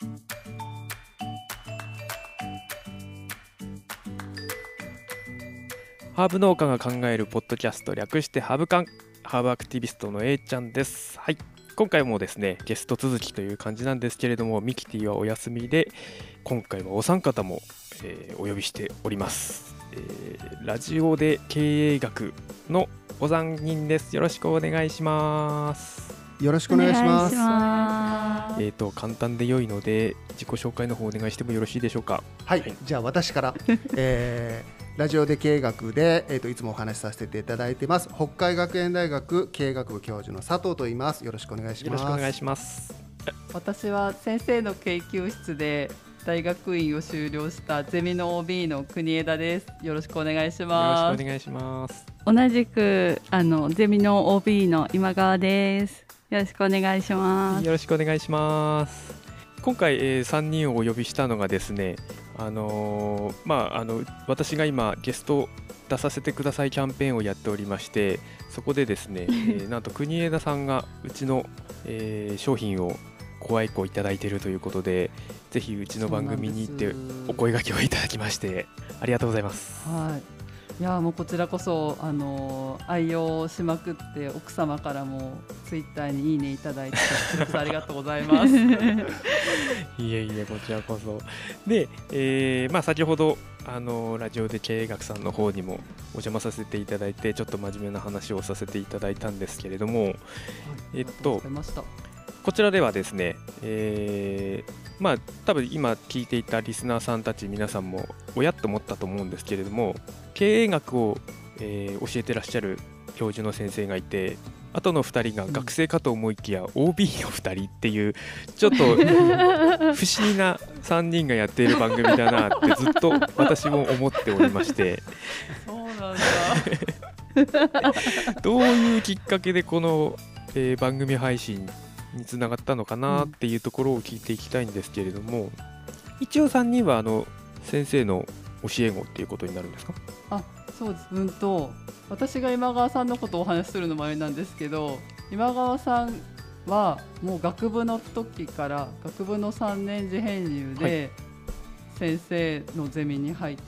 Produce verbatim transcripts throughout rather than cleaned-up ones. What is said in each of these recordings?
ハーブ農家が考えるポッドキャスト、略してハーブカン、ハーブアクティビストの A ちゃんです。はい、今回もですねゲスト続きという感じなんですけれども、ミキティはお休みで今回はお三方も、えー、お呼びしております、えー、ラジオで経営学のご三人です。よろしくお願いします。 よろしくお願いします。 えーと簡単で良いので自己紹介の方お願いしてもよろしいでしょうか。 はい、はい、じゃあ私から、えーラジオで経営学で、えー、といつもお話しさせていただいてます北海学園大学経営学部教授の佐藤と言います。よろしくお願いします。 よろしくお願いします。 私は先生の研究室で大学院を修了したゼミの オービー の国枝です。よろしくお願いします。 よろしくお願いします。 同じくあのゼミの オービー の今川です。よろしくお願いします。 よろしくお願いします。今回、えー、さんにんをお呼びしたのがですね、あのーまあ、あの私が今ゲスト出させてくださいキャンペーンをやっておりまして、そこでですね、えー、なんと国枝さんがうちの、えー、商品をご愛顧いただいているということで、ぜひうちの番組に行ってお声掛けをいただきましてありがとうございます。 はい、いやもうこちらこそ、あのー、愛用しまくって奥様からもツイッターにいいねいただいてありがとうございますいえいえ、こちらこそで、えーまあ、先ほどあのラジオで経営学さんの方にもお邪魔させていただいて、ちょっと真面目な話をさせていただいたんですけれども、はい、えっとこちらではですね、えー、まあ多分今聞いていたリスナーさんたち皆さんもおやっと思ったと思うんですけれども、経営学を、えー、教えてらっしゃる教授の先生がいて、あとのふたりが学生かと思いきや オービー のふたりっていうちょっと不思議なさんにんがやっている番組だなってずっと私も思っておりまして、 そうなんだどういうきっかけでこの、えー、番組配信につながったのかなっていうところを聞いていきたいんですけれども、一応さんにんはあの先生の教え子っていうことになるんですか？ あ、そうです。うんと私が今川さんのことをお話しするのもあれなんですけど、今川さんはもう学部の時から学部のさんねん次編入で先生のゼミに入って、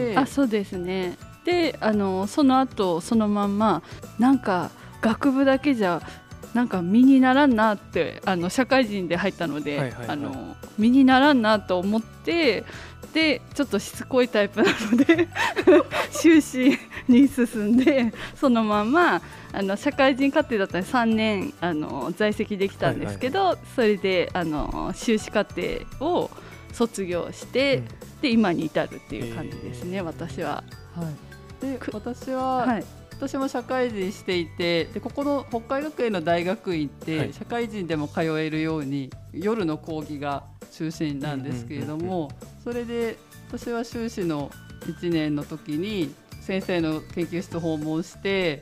はい、あ、そうですね。で、あのその後そのまんまなんか学部だけじゃなんか身にならんなって、あの社会人で入ったので、はいはいはい、あの身にならんなと思って、でちょっとしつこいタイプなので修士に進んで、そのままあの社会人課程だったらさんねんあの在籍できたんですけど、はいはいはい、それであの修士課程を卒業して、うん、で今に至るっていう感じですね、私は。 はい、で私は、はい、私も社会人していて、でここの北海学園の大学院って、はい、社会人でも通えるように夜の講義が中心なんですけれども、それで私は修士のいちねんの時に先生の研究室訪問して、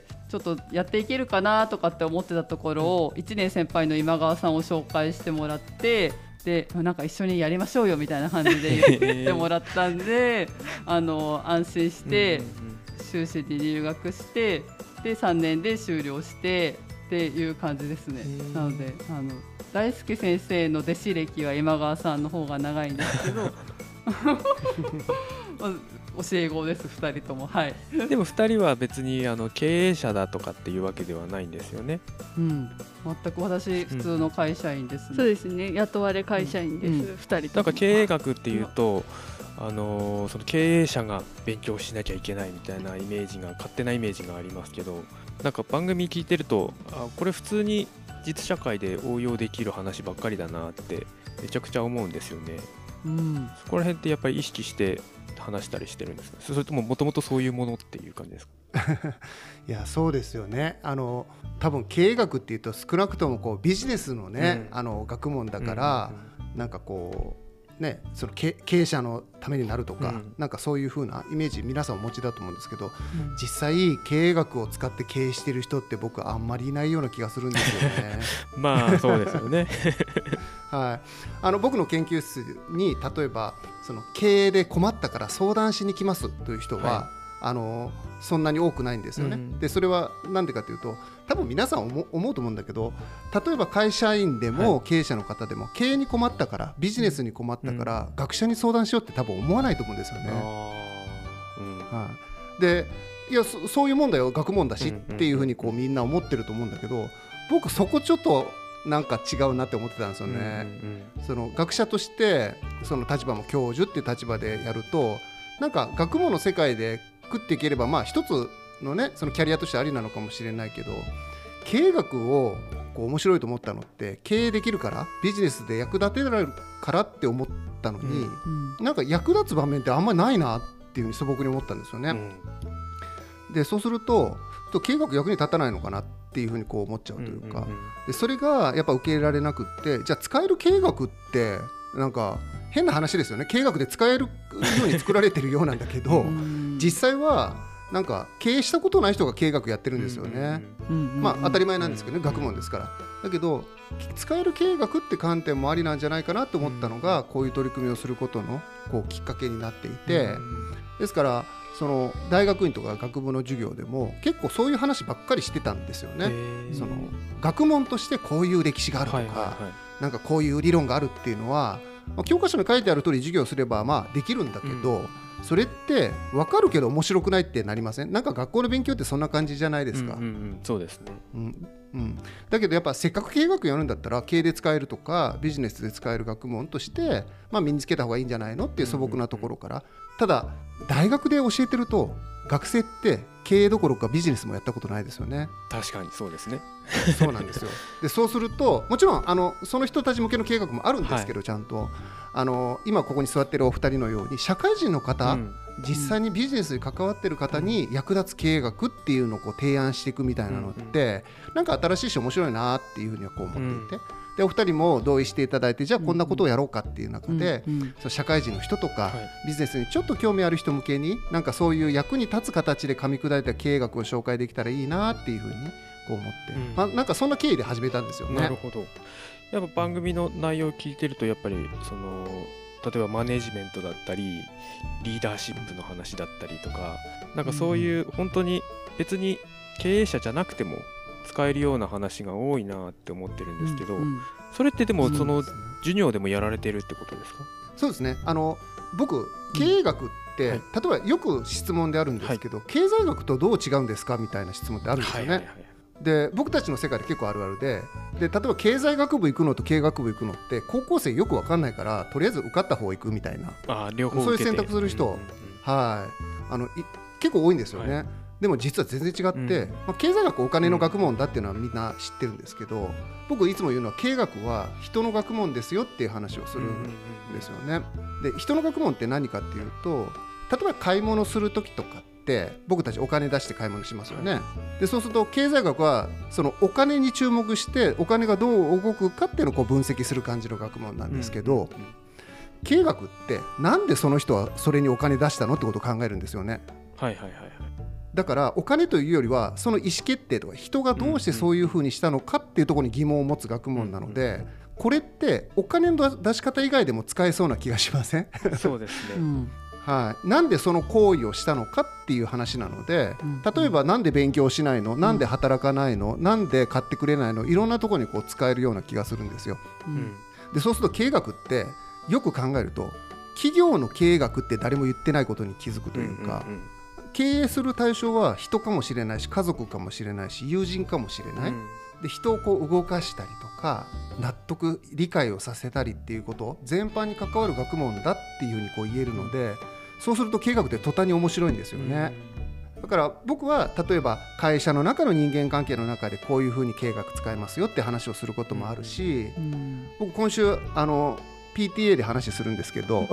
ちょっとやっていけるかなとかって思ってたところをいちねん先輩の今川さんを紹介してもらって、でなんか一緒にやりましょうよみたいな感じで言ってもらったんであの安心して修士に入学して、でさんねんで修了してっていう感じですね。なのであの大輔先生の弟子歴は今川さんの方が長いんですけど教え子ですふたりとも。はい、 でもふたりは別にあの経営者だとかっていうわけではないんですよね。 うん、全く私普通の会社員ですね、 うん、そうですね、雇われ会社員です、うん、ふたりとも。 なんか経営学っていうと、あのー、その経営者が勉強しなきゃいけないみたいなイメージが、勝手なイメージがありますけど、なんか番組聞いてると、あ、これ普通に実社会で応用できる話ばっかりだなってめちゃくちゃ思うんですよね。うん、そこら辺ってやっぱり意識して話したりしてるんですか？それとももともとそういうものっていう感じですか？ いや、そうですよね。あの多分経営学っていうと少なくともこうビジネスのね、うん、あの学問だから、うんうんうん、なんかこうね、その経営者のためになるとか、うん、なんかそういう風なイメージ皆さんお持ちだと思うんですけど、うん、実際経営学を使って経営してる人って僕あんまりいないような気がするんですよね。 まあそうですよね。 はい、あの僕の研究室に例えばその経営で困ったから相談しに来ますという人は、はあのそんなに多くないんですよね、うん、でそれはなんでかというと多分皆さん 思, 思うと思うんだけど例えば会社員でも経営者の方でも経営に困ったからビジネスに困ったから、うん、学者に相談しようって多分思わないと思うんですよね、うんはい、でいや そ, そういうもんだよ学問だしっていうふうにこうみんな思ってると思うんだけど僕そこちょっとなんか違うなって思ってたんですよね、うんうんうん、その学者としてその立場も教授っていう立場でやるとなんか学問の世界で食っていければまあ一つのねそのキャリアとしてありなのかもしれないけど経営学をこう面白いと思ったのって経営できるからビジネスで役立てられるからって思ったのに、うんうん、なんか役立つ場面ってあんまりないなっていうふうに素朴に思ったんですよね、うん、でそうすると経営学役に立たないのかなっていうふうにこう思っちゃうというか、うんうんうん、でそれがやっぱ受け入れられなくってじゃあ使える経営学ってなんか変な話ですよね経営学で使えるように作られてるようなんだけど実際はなんか経営したことない人が経営学やってるんですよね、うんうんうん、まあ当たり前なんですけどね学問ですからだけど使える経営学って観点もありなんじゃないかなと思ったのがこういう取り組みをすることのこうきっかけになっていてですからその大学院とか学部の授業でも結構そういう話ばっかりしてたんですよねその学問としてこういう歴史があるとか、はいはいはい、なんかこういう理論があるっていうのはまあ、教科書に書いてある通り授業すればまあできるんだけど、うん、それって分かるけど面白くないってなりません？なんか学校の勉強ってそんな感じじゃないですか、うんうんうん、 そうですね、 うんうん、だけどやっぱせっかく経営学やるんだったら経営で使えるとかビジネスで使える学問として、まあ、身につけた方がいいんじゃないのっていう素朴なところから、うんうんうん、ただ大学で教えてると学生って経営どころかビジネスもやったことないですよね。 確かにそうですねそうなんですよ。でそうするともちろんあのその人たち向けの経営学もあるんですけど、はい、ちゃんとあの今ここに座ってるお二人のように社会人の方、うん、実際にビジネスに関わってる方に役立つ経営学っていうのをこう提案していくみたいなのって、うん、なんか新しいし面白いなっていうふうにはこう思っていて、うんでお二人も同意していただいてじゃあこんなことをやろうかっていう中で、うんうん、その社会人の人とか、はい、ビジネスにちょっと興味ある人向けになんかそういう役に立つ形で噛み砕いた経営学を紹介できたらいいなっていうふうにこう思って、うんまあ、なんかそんな経緯で始めたんですよね。 なるほど。やっぱ番組の内容を聞いてるとやっぱりその例えばマネジメントだったりリーダーシップの話だったりとかなんかそういう本当に別に経営者じゃなくても使えるような話が多いなって思ってるんですけど、うんうん、それってでもその授業でもやられてるってことですか？ そうですね。あの僕経営学って、うんはい、例えばよく質問であるんですけど、はい、経済学とどう違うんですかみたいな質問ってあるんですよね、はいはいはい、で僕たちの世界で結構あるある で, で例えば経済学部行くのと経営学部行くのって高校生よく分かんないからとりあえず受かった方行くみたいなあ両方受けてそういう選択する人、うんうんうん、はいあの結構多いんですよね、はいでも実は全然違って、うんまあ、経済学お金の学問だっていうのはみんな知ってるんですけど僕いつも言うのは経営学は人の学問ですよっていう話をするんですよね。で人の学問って何かっていうと例えば買い物する時とかって僕たちお金出して買い物しますよね。でそうすると経済学はそのお金に注目してお金がどう動くかっていうのをこう分析する感じの学問なんですけど経営学ってなんでその人はそれにお金出したのってことを考えるんですよね。 はいはいはいはいだからお金というよりはその意思決定とか人がどうしてそういうふうにしたのかっていうところに疑問を持つ学問なのでこれってお金の出し方以外でも使えそうな気がしません？ そうですね、うんはい、なんでその行為をしたのかっていう話なので例えばなんで勉強しないのなんで働かないのなんで買ってくれないのいろんなところにこう使えるような気がするんですよ、うん、でそうすると経営学ってよく考えると企業の経営学って誰も言ってないことに気づくというか、うんうんうん経営する対象は人かもしれないし家族かもしれないし友人かもしれない、うん、で人をこう動かしたりとか納得理解をさせたりっていうこと全般に関わる学問だっていうふうにこう言えるのでそうすると経営学って途端に面白いんですよね、うん、だから僕は例えば会社の中の人間関係の中でこういうふうに経営学使えますよって話をすることもあるし、うん、僕今週あのピーティーエー で話するんですけど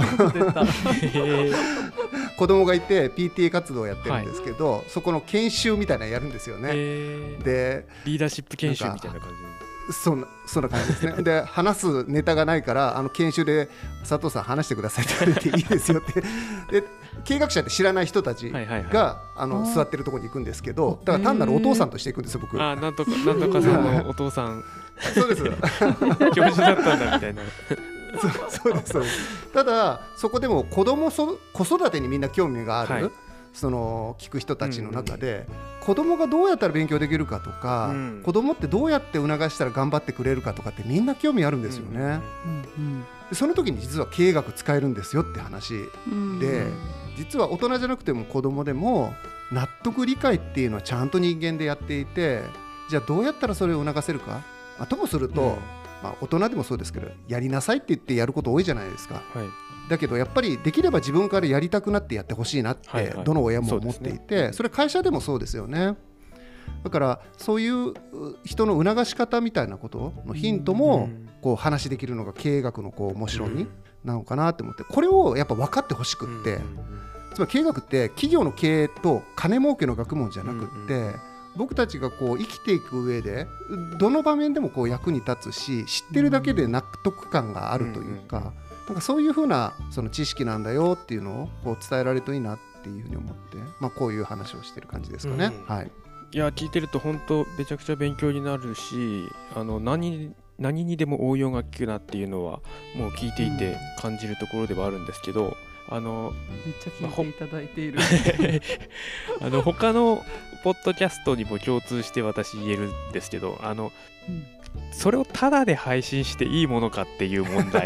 子供がいて ピーティーエー 活動をやってるんですけど、はい、そこの研修みたいなのやるんですよね。でリーダーシップ研修みたいな感じそんな、そんな感じですねで話すネタがないからあの研修で佐藤さん話してくださいって言われていいですよってで経営学者って知らない人たちが、はいはいはい、あの座ってるところに行くんですけどだから単なるお父さんとして行くんですよ僕。 あなんとかなんとかさんのお父さんそうです教授だったんだみたいなそうそうですそうですただそこでも子供そ子育てにみんな興味がある、はい、 その聞く人たちの中で、うん、子供がどうやったら勉強できるかとか、うん、子供ってどうやって促したら頑張ってくれるかとかってみんな興味あるんですよね、うんうん、でその時に実は経営学使えるんですよって話で、うん、実は大人じゃなくても子供でも納得理解っていうのはちゃんと人間でやっていて、じゃあどうやったらそれを促せるか、まあ、ともすると、うんまあ、大人でもそうですけどやりなさいって言ってやること多いじゃないですか、はい、だけどやっぱりできれば自分からやりたくなってやってほしいなってどの親も思っていて、はいはい そ, ね、それ会社でもそうですよね。だからそういう人の促し方みたいなことのヒントもこう話できるのが経営学のこう面白みなのかなって思って、これをやっぱ分かってほしくって、つまり経営学って企業の経営と金儲けの学問じゃなくって僕たちがこう生きていく上でどの場面でもこう役に立つし、知ってるだけで納得感があるというか、なんかそういうふうなその知識なんだよっていうのをこう伝えられるといいなっていうふうに思って、まあ、こういう話をしてる感じですかね、うんはい、 いや聞いてると本当めちゃくちゃ勉強になるし、あの 何, 何にでも応用が効くなっていうのはもう聞いていて感じるところではあるんですけど、あのめっちゃ聞いていただいているあの他のポッドキャストにも共通して私言えるんですけど、あの、うん、それをタダで配信していいものかっていう問題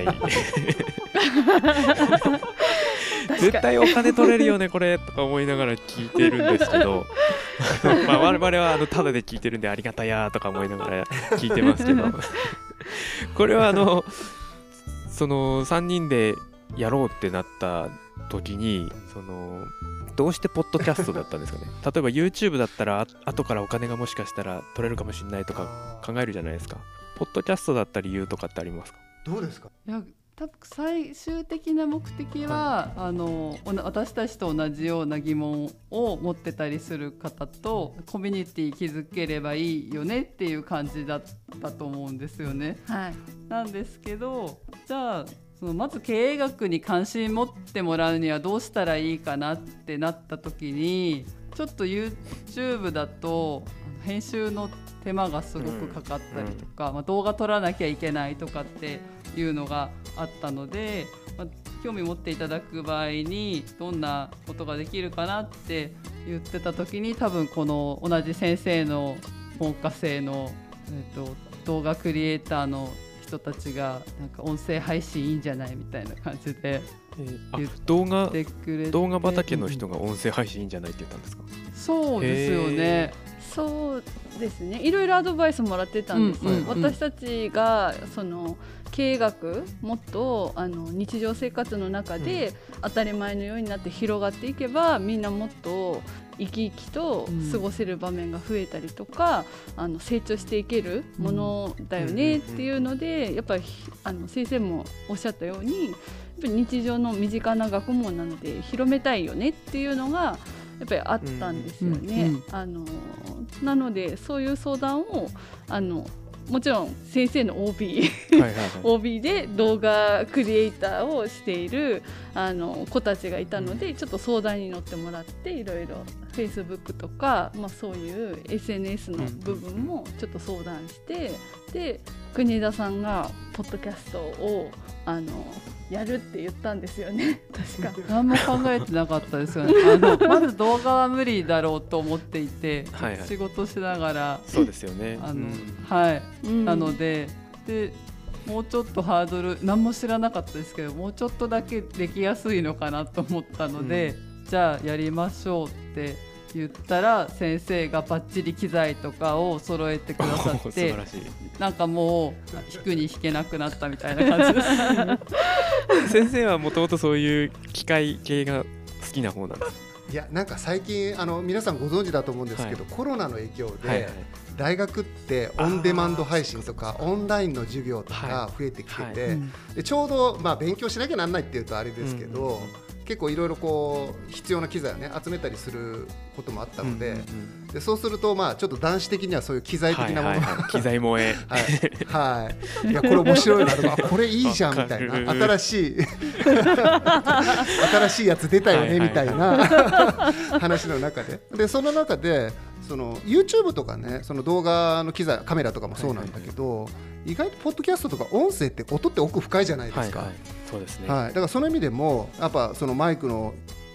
絶対お金取れるよねこれとか思いながら聞いてるんですけどまあ我々はあのタダで聞いてるんでありがたやとか思いながら聞いてますけどこれはあのそのさんにんでやろうってなった時にそのどうしてポッドキャストだったんですかね。例えば YouTube だったら後からお金がもしかしたら取れるかもしれないとか考えるじゃないですか。ポッドキャストだった理由とかってありますか。 どうですか。 いや多分最終的な目的は、はい、あの私たちと同じような疑問を持ってたりする方とコミュニティ築ければいいよねっていう感じだったと思うんですよね、はい、なんですけど、じゃあそのまず経営学に関心持ってもらうにはどうしたらいいかなってなった時に、ちょっと YouTube だと編集の手間がすごくかかったりとか、うんまあ、動画撮らなきゃいけないとかっていうのがあったので、まあ、興味持っていただく場合にどんなことができるかなって言ってた時に、多分この同じ先生の本科生の、えーと、動画クリエイターの人たちがなんか音声配信いいんじゃないみたいな感じで言ってくれて、 動画畑の人が音声配信いいんじゃないって言ったんですか。 そうですよね。 そうですね、いろいろアドバイスもらってたんですよ、うんうんうん、私たちがその経営学もっとあの日常生活の中で当たり前のようになって広がっていけば、みんなもっと生き生きと過ごせる場面が増えたりとか、うん、あの成長していけるものだよねっていうので、やっぱりあの先生もおっしゃったように、やっぱり日常の身近な学問なので広めたいよねっていうのがやっぱりあったんですよね、うんうんうん、あのなのでそういう相談をあのもちろん先生の オービー、はいはいはい、オービー で動画クリエイターをしているあの子たちがいたので、ちょっと相談に乗ってもらって、いろいろ Facebook とか、まあ、そういう エスエヌエス の部分もちょっと相談して、で国枝さんがポッドキャストをあのやるって言ったんですよね。確か何も考えてなかったですよね。あのまず動画は無理だろうと思っていてはい、はい、仕事しながらそうですよね。 あの、うん、はい、うん、なのででもうちょっとハードル何も知らなかったですけど、もうちょっとだけできやすいのかなと思ったので、うん、じゃあやりましょうって言ったら先生がバッチリ機材とかを揃えてくださって、なんかもう弾くに弾けなくなったみたいな感じです先生はもともとそういう機械系が好きな方なんですか。 いやなんか最近あの皆さんご存知だと思うんですけど、はい、コロナの影響で、はいはい、大学ってオンデマンド配信とかオンラインの授業とか増えてきてて、はいはい、でちょうど、まあ、勉強しなきゃなんないっていうとあれですけど、うんうんうん、結構いろいろこう必要な機材をね集めたりすることもあったので、うんうんうん、でそうするとまあちょっと男子的にはそういう機材的なもの、はいはいはい、 機材萌えはい、はい、いやこれ面白いなとかこれいいじゃんみたいな新しい新しいやつ出たよねみたいな話の中で、でその中でその YouTube とかね、その動画の機材カメラとかもそうなんだけど、はいはいはい、意外とポッドキャストとか音声って音って奥深いじゃないですか、はいはい、 そうですね、 はい、だからその意味でもやっぱそのマイクの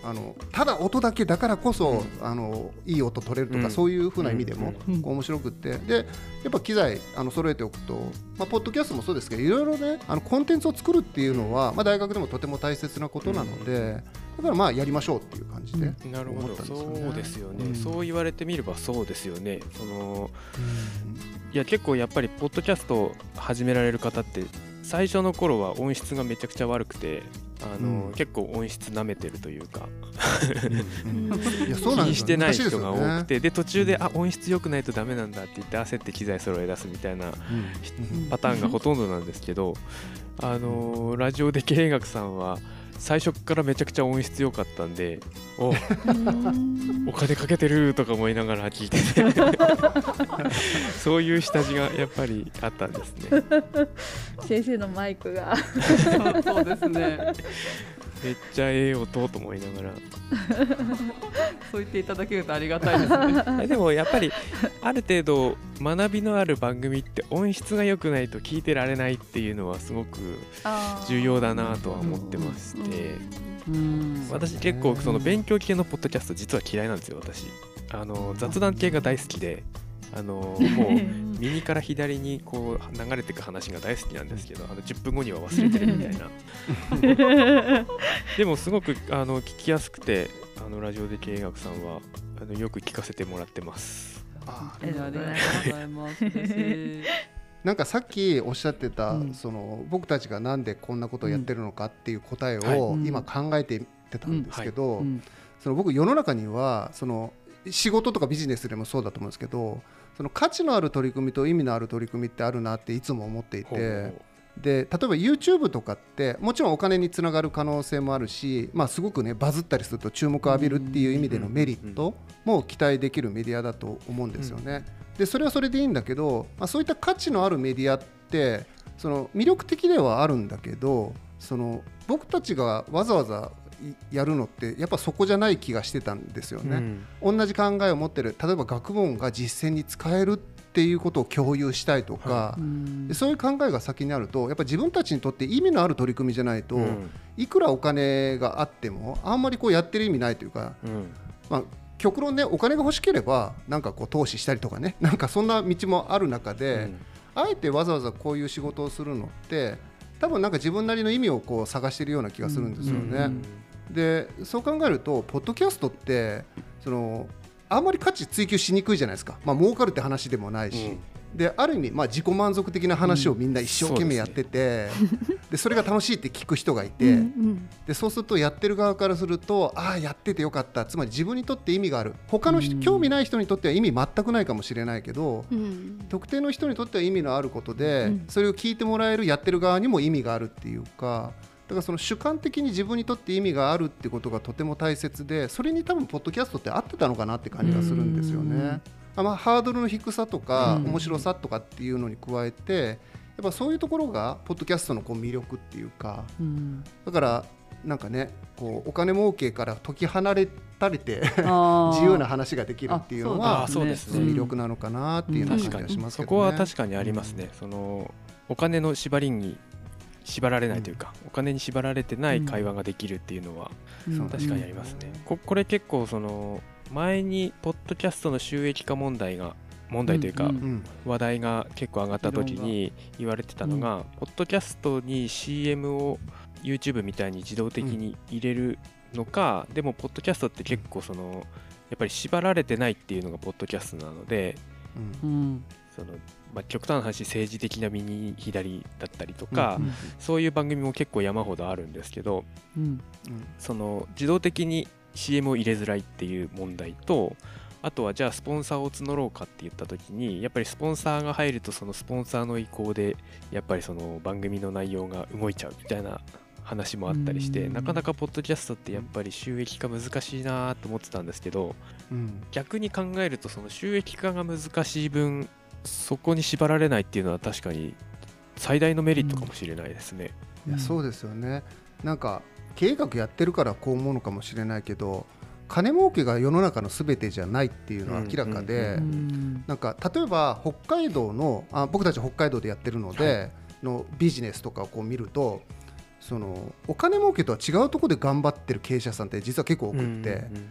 あのただ音だけだからこそ、うん、あのいい音取れるとか、うん、そういう風な意味でも、うん、こう面白くって、でやっぱ機材あの揃えておくと、まあ、ポッドキャストもそうですけどいろいろねあのコンテンツを作るっていうのは、まあ、大学でもとても大切なことなので、だからまあやりましょうっていう感じで思ったんですよね。 なるほど、そうですよね、うん、そう言われてみればそうですよね。その、うん、いや結構やっぱりポッドキャストを始められる方って最初の頃は音質がめちゃくちゃ悪くて、あの、うん、結構音質舐めてるというか気にしてない人が多くて、で途中であ音質良くないとダメなんだって言って焦って機材揃え出すみたいな、うん、パターンがほとんどなんですけど、あのラジオで経営学さんは最初からめちゃくちゃ音質良かったんで、おお金かけてるとか思いながら聞いててそういう下地がやっぱりあったんですね。 先生のマイクがそうですね、 めっちゃええ音と思いながらそう言っていただけるとありがたいですね。 でもやっぱりある程度学びのある番組って音質が良くないと聞いてられないっていうのはすごく重要だなとは思ってまして、うん、私結構その勉強系のポッドキャスト実は嫌いなんですよ。私あの雑談系が大好きで、あのもう右から左にこう流れていく話が大好きなんですけど、あのじゅっぷんごには忘れてるみたいなでもすごくあの聞きやすくて、あのラジオで経営学さんはあのよく聞かせてもらってます。 ありがとうございます。 なんかさっきおっしゃってた、うん、その僕たちがなんでこんなことをやってるのかっていう答えを今考えてってたんですけど、うんはいうん、その僕世の中にはその仕事とかビジネスでもそうだと思うんですけど、その価値のある取り組みと意味のある取り組みってあるなっていつも思っていて、で例えば YouTube とかってもちろんお金につながる可能性もあるし、まあ、すごくねバズったりすると注目を浴びるっていう意味でのメリットも期待できるメディアだと思うんですよね。でそれはそれでいいんだけど、まあ、そういった価値のあるメディアってその魅力的ではあるんだけど、その僕たちがわざわざやるのってやっぱそこじゃない気がしてたんですよね、うん、同じ考えを持ってる、例えば学問が実践に使えるっていうことを共有したいとか、はい、でそういう考えが先にあるとやっぱ自分たちにとって意味のある取り組みじゃないと、うん、いくらお金があってもあんまりこうやってる意味ないというか、うんまあ、極論ねお金が欲しければなんかこう投資したりとかね、なんかそんな道もある中で、うん、あえてわざわざこういう仕事をするのって多分なんか自分なりの意味をこう探しているような気がするんですよね、うんうんでそう考えるとポッドキャストってそのあんまり価値追求しにくいじゃないですか、まあ儲かるって話でもないし、うん、である意味、まあ、自己満足的な話をみんな一生懸命やってて、うん そ, で、ね、でそれが楽しいって聞く人がいてうん、うん、でそうするとやってる側からするとああやっててよかった、つまり自分にとって意味がある、他の人、うん、興味ない人にとっては意味全くないかもしれないけど、うん、特定の人にとっては意味のあることで、うん、それを聞いてもらえるやってる側にも意味があるっていうか、だからその主観的に自分にとって意味があるってことがとても大切で、それに多分ポッドキャストって合ってたのかなって感じがするんですよね。あ、まあ、ハードルの低さとか面白さとかっていうのに加えてやっぱそういうところがポッドキャストのこう魅力っていうか、だからなんかねこうお金儲けから解き離れたれて自由な話ができるっていうのはそうですね、 魅力なのかなっていう感じがしますけどね。 そこは確かにありますね。そのお金の縛りに縛られないというか、うん、お金に縛られてない会話ができるっていうのは確かにありますね、うん、こ, これ結構その前にポッドキャストの収益化問題が問題というか、うんうん、話題が結構上がった時に言われてたのが、うん、ポッドキャストに シーエム を YouTube みたいに自動的に入れるのか、うん、でもポッドキャストって結構そのやっぱり縛られてないっていうのがポッドキャストなので、うん、そのまあ、極端な話政治的な右左だったりとか、うんうん、そういう番組も結構山ほどあるんですけど、うんうん、その自動的に シーエム を入れづらいっていう問題と、あとはじゃあスポンサーを募ろうかって言った時にやっぱりスポンサーが入るとそのスポンサーの意向でやっぱりその番組の内容が動いちゃうみたいな話もあったりして、なかなかポッドキャストってやっぱり収益化難しいなと思ってたんですけど、うん、逆に考えるとその収益化が難しい分そこに縛られないっていうのは確かに最大のメリットかもしれないですね、 うん、いやそうですよね。なんか経営学やってるからこう思うのかもしれないけど、金儲けが世の中の全てじゃないっていうのは明らかで、うんうん、なんか例えば北海道のあ僕たち北海道でやってるので、はい、のビジネスとかをこう見ると、 そのお金儲けとは違うところで頑張ってる経営者さんって実は結構多くって、うんうん、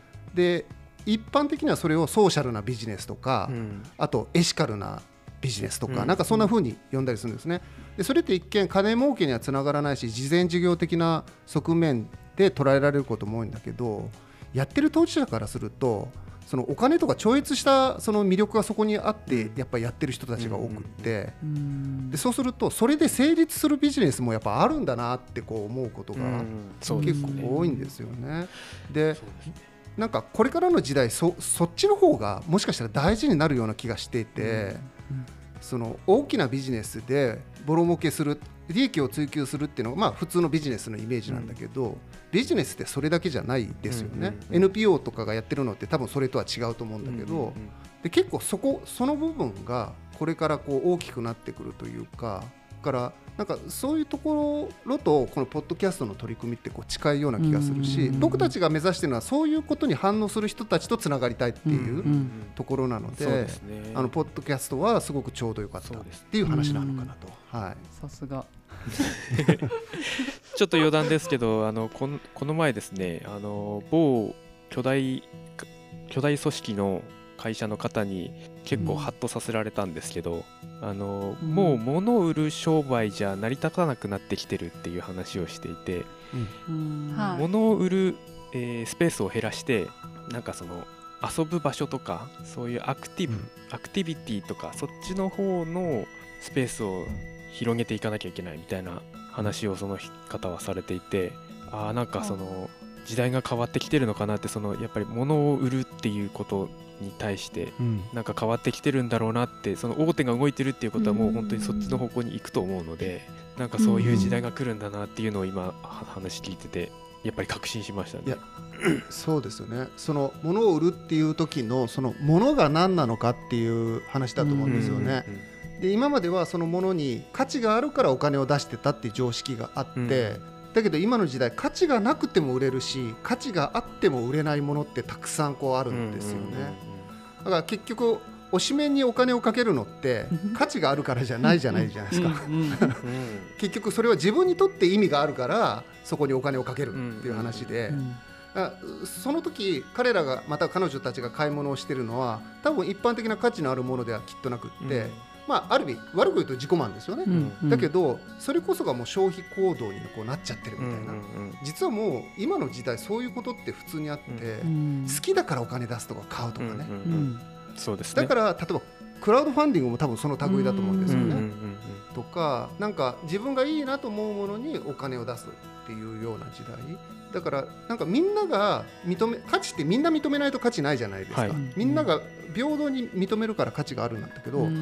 で一般的にはそれをソーシャルなビジネスとか、うん、あとエシカルなビジネスとか、うん、なんかそんな風に呼んだりするんですね。でそれって一見金儲けにはつながらないし慈善事業的な側面で捉えられることも多いんだけど、やってる当事者からするとそのお金とか超越したその魅力がそこにあってやっぱりやってる人たちが多くって、うん、でそうするとそれで成立するビジネスもやっぱあるんだなってこう思うことが結構多いんですよね。でなんかこれからの時代 そ, そっちの方がもしかしたら大事になるような気がしていて、うん、その大きなビジネスでボロ儲けする利益を追求するっていうのがまあ普通のビジネスのイメージなんだけど、うん、ビジネスってそれだけじゃないですよね、うんうんうん、エヌピーオー とかがやってるのって多分それとは違うと思うんだけど、うんうんうん、で結構そこその部分がこれからこう大きくなってくるというか、からなんかそういうところとこのポッドキャストの取り組みってこう近いような気がするし、僕たちが目指しているのはそういうことに反応する人たちとつながりたいっていうところなので、あのポッドキャストはすごくちょうどよかったっていう話なのかなと。はい、 さすがちょっと余談ですけど、あの こ, のこの前ですね、あの某巨大巨大組織の会社の方に結構ハッとさせられたんですけど、うん、あのもう物を売る商売じゃ成り立たなくなってきてるっていう話をしていて、うん、物を売る、えー、スペースを減らしてなんかその遊ぶ場所とかそういうアクティブ、うん、アクティビティとかそっちの方のスペースを広げていかなきゃいけないみたいな話をその方はされていて、あーなんかその時代が変わってきてるのかなって、そのやっぱり物を売るっていうことに対してなんか変わってきてるんだろうなって、その大手が動いてるっていうことはもう本当にそっちの方向に行くと思うので、なんかそういう時代が来るんだなっていうのを今話聞いててやっぱり確信しましたね。 いやそうですよね。その物を売るっていう時のその物が何なのかっていう話だと思うんですよね。で今まではその物に価値があるからお金を出してたっていう常識があって、うん、だけど今の時代価値がなくても売れるし価値があっても売れないものってたくさんこうあるんですよね。だから結局推しメンにお金をかけるのって価値があるからじゃないじゃないじゃないですか結局それは自分にとって意味があるからそこにお金をかけるっていう話で、その時彼らがまた彼女たちが買い物をしてるのは多分一般的な価値のあるものではきっとなくって、うんまあ、ある意味悪く言うと自己満ですよね、うんうん、だけどそれこそがもう消費行動にこうなっちゃってるみたいな、うんうんうん、実はもう今の時代そういうことって普通にあって、うん、好きだからお金出すとか買うとかね、うんうんうん、 そうですね。 だから例えばクラウドファンディングも多分その類だと思うんですよね、うんうんうんうん、とかなんか自分がいいなと思うものにお金を出すっていうような時代だから、なんかみんなが認め価値ってみんな認めないと価値ないじゃないですか、はい、みんなが平等に認めるから価値があるんだけど、うん、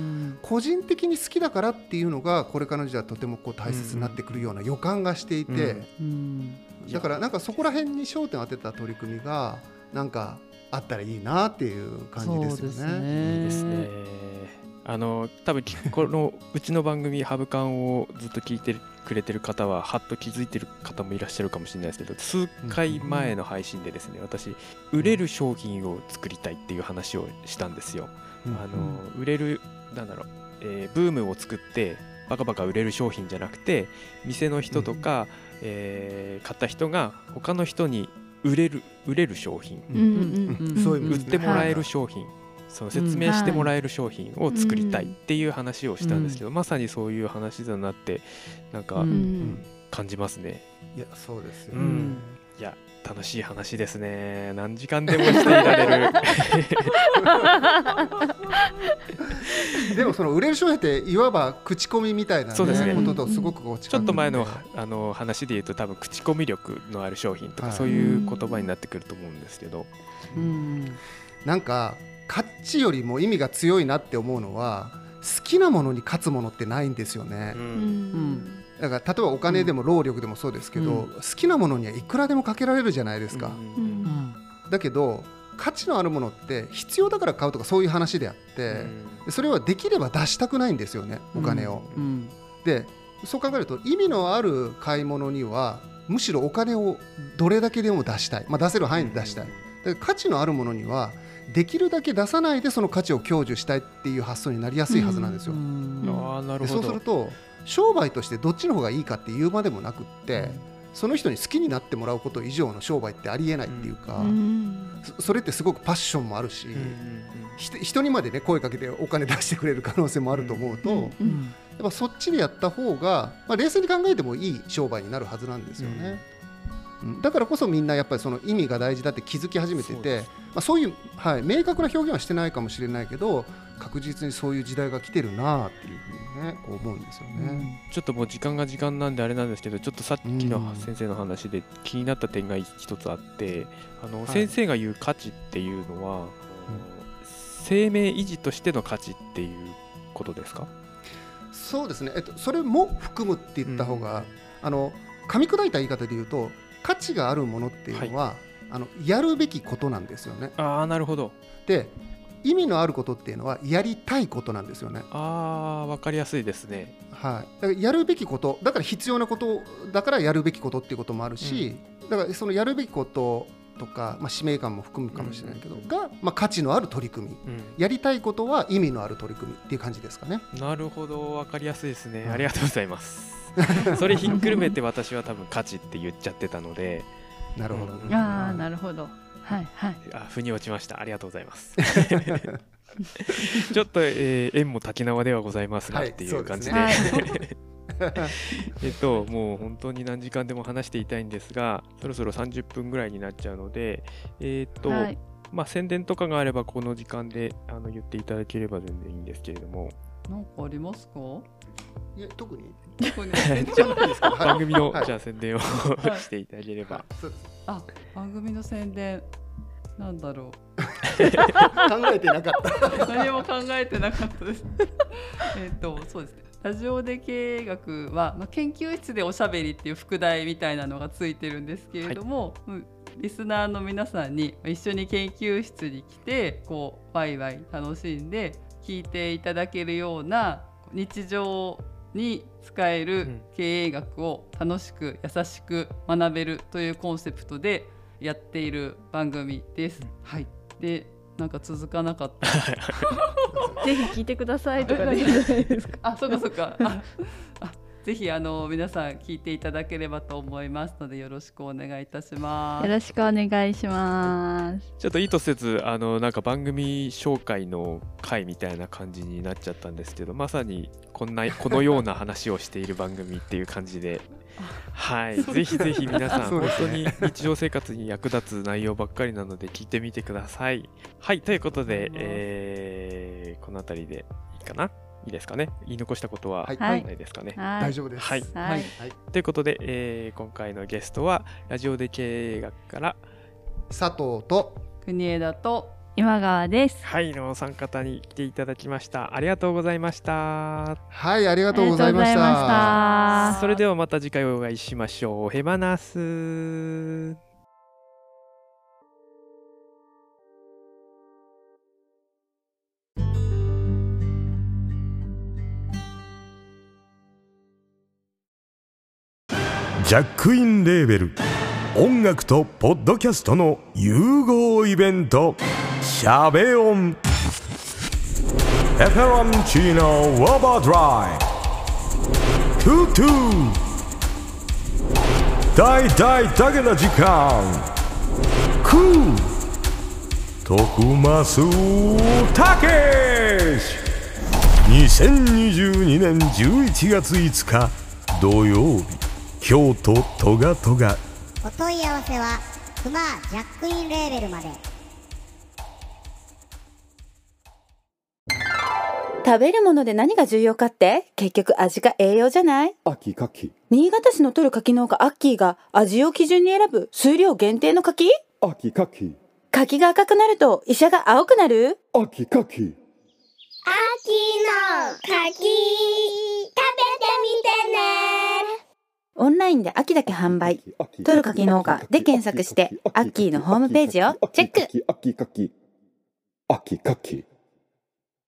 個人的に好きだからっていうのがこれからの時代とてもこう大切になってくるような予感がしていて、うんうん、だからなんかそこら辺に焦点を当てた取り組みがなんかあったらいいなっていう感じですよね。 そうですね。 いいですね。あの多分このうちの番組ハブカンをずっと聞いてくれてる方ははっと気づいてる方もいらっしゃるかもしれないですけど、数回前の配信でですね、私売れる商品を作りたいっていう話をしたんですよ。あの売れるなんだろう、えー、ブームを作ってバカバカ売れる商品じゃなくて、店の人とか、えー、買った人が他の人に売れる売れる商品、売ってもらえる商品、その説明してもらえる商品を作りたいっていう話をしたんですけど、うん、まさにそういう話だなってなんか感じますね。 いやそうですよ、ね、 うん、いや楽しい話ですね。何時間でもしていられるでもその売れる商品っていわば口コミみたいな、ね、そうですね、こととすごくこう近い、 ちょっと前 の, あの話で言うと多分口コミ力のある商品とか、はい、そういう言葉になってくると思うんですけど、 うん、なんか価値よりも意味が強いなって思うのは好きなものに勝つものってないんですよね、うんうん、だから例えばお金でも労力でもそうですけど、うん、好きなものにはいくらでもかけられるじゃないですか、うんうん、だけど価値のあるものって必要だから買うとかそういう話であって、うん、それはできれば出したくないんですよね、お金を、うんうん、でそう考えると意味のある買い物にはむしろお金をどれだけでも出したい、まあ、出せる範囲で出したい、だから価値のあるものにはできるだけ出さないでその価値を享受したいっていう発想になりやすいはずなんですよ。 あ、なるほど。 そうすると商売としてどっちの方がいいかっていうまでもなくって、その人に好きになってもらうこと以上の商売ってありえないっていうか、うん、そ, それってすごくパッションもあるし、うん、人にまでね声かけてお金出してくれる可能性もあると思うと、うんうん、やっぱそっちでやった方が、まあ、冷静に考えてもいい商売になるはずなんですよね。うん、だからこそみんなやっぱりその意味が大事だって気づき始めてて、そう、まあ、そういう、はい、明確な表現はしてないかもしれないけど、確実にそういう時代が来てるなっていうふうにねこう思うんですよね。 うん、ちょっともう時間が時間なんであれなんですけど、ちょっとさっきの先生の話で気になった点が一つあって、あの、はい、先生が言う価値っていうのは、うん、生命維持としての価値っていうことですか？ そうですね、えっと、それも含むって言った方が、うん、あの噛み砕いた言い方で言うと、価値があるものっていうのは、はい、あのやるべきことなんですよね。 ああ、なるほど。 で、意味のあることっていうのはやりたいことなんですよね。 ああ、分かりやすいですね。 はい、だからやるべきことだから必要なことだからやるべきことっていうこともあるし、うん、だからそのやるべきこととか、まあ、使命感も含むかもしれないけど、うん、が、まあ、価値のある取り組み、うん、やりたいことは意味のある取り組みっていう感じですかね。 なるほど、分かりやすいですね。ありがとうございます。それひっくるめて私は多分価値って言っちゃってたので。 なるほど、 うん、ああ、なるほど。はいはい。 あ、腑に落ちました。ありがとうございます。ちょっと、えー、縁も滝縄ではございますが、はい、っていう感じで、はい、えっともう本当に何時間でも話していたいんですが、そろそろさんじゅっぷんぐらいになっちゃうので、えー、っと、はい、まあ、宣伝とかがあればこの時間であの言っていただければ全然いいんですけれども。 なんかありますか？ いや、特に特に番組の、はい、じゃあ宣伝をしていただければ、はい、 あ、番組の宣伝なんだろう考えてなかった何も考えてなかったですえっとそうですね、ラジオで経営学は、まあ、研究室でおしゃべりっていう副題みたいなのがついてるんですけれども、はい、リスナーの皆さんに一緒に研究室に来てこうワイワイ楽しんで聞いていただけるような日常に使える経営学を楽しく優しく学べるというコンセプトでやっている番組です、うん、はい。で、なんか続かなかったぜひ聞いてくださいとかでいいじゃないですか。 あ、そうかそうか。ああ、ぜひあの皆さん聞いていただければと思いますので、よろしくお願いいたします。 よろしくお願いします。 ちょっと意図せずあのなんか番組紹介の回みたいな感じになっちゃったんですけど、まさにこんなこのような話をしている番組っていう感じではい、ぜひぜひ皆さん、本当に日常生活に役立つ内容ばっかりなので聞いてみてください。はい、ということで、えー、このあたりでいいかな、いいですかね。言い残したことはないですかね。 はい、大丈夫です。 はい、はい、ということで、えー、今回のゲストはラジオで経営学から佐藤と国枝と今川です。 はい、のお三方に来ていただきました。ありがとうございました。 はい、ありがとうございました。 それではまた次回お会いしましょう。ヘバナス。 ジャックインレーベル音楽とポッドキャストの融合イベント、シャベオンペペロンチーノウォーバードライトゥトゥ大大だけな時間クー徳増たけしにせんにじゅうにねんじゅういちがついつか土曜日、京都トガトガ。 お問い合わせはクマジャックインレーベルまで。 食べるもので何が重要かって結局味か栄養じゃない？ アッキーカッキー。 新潟市の取る柿農家アッキーが味を基準に選ぶ数量限定の柿？ アッキーカッキー。 柿が赤くなると医者が青くなる？ アッキーカッキー。 アッキーの柿食べてみてね。 オンラインで秋だけ販売。取る柿農家で検索してアッキーのホームページをチェック。 アッキーカッキー。アッキーカッキー。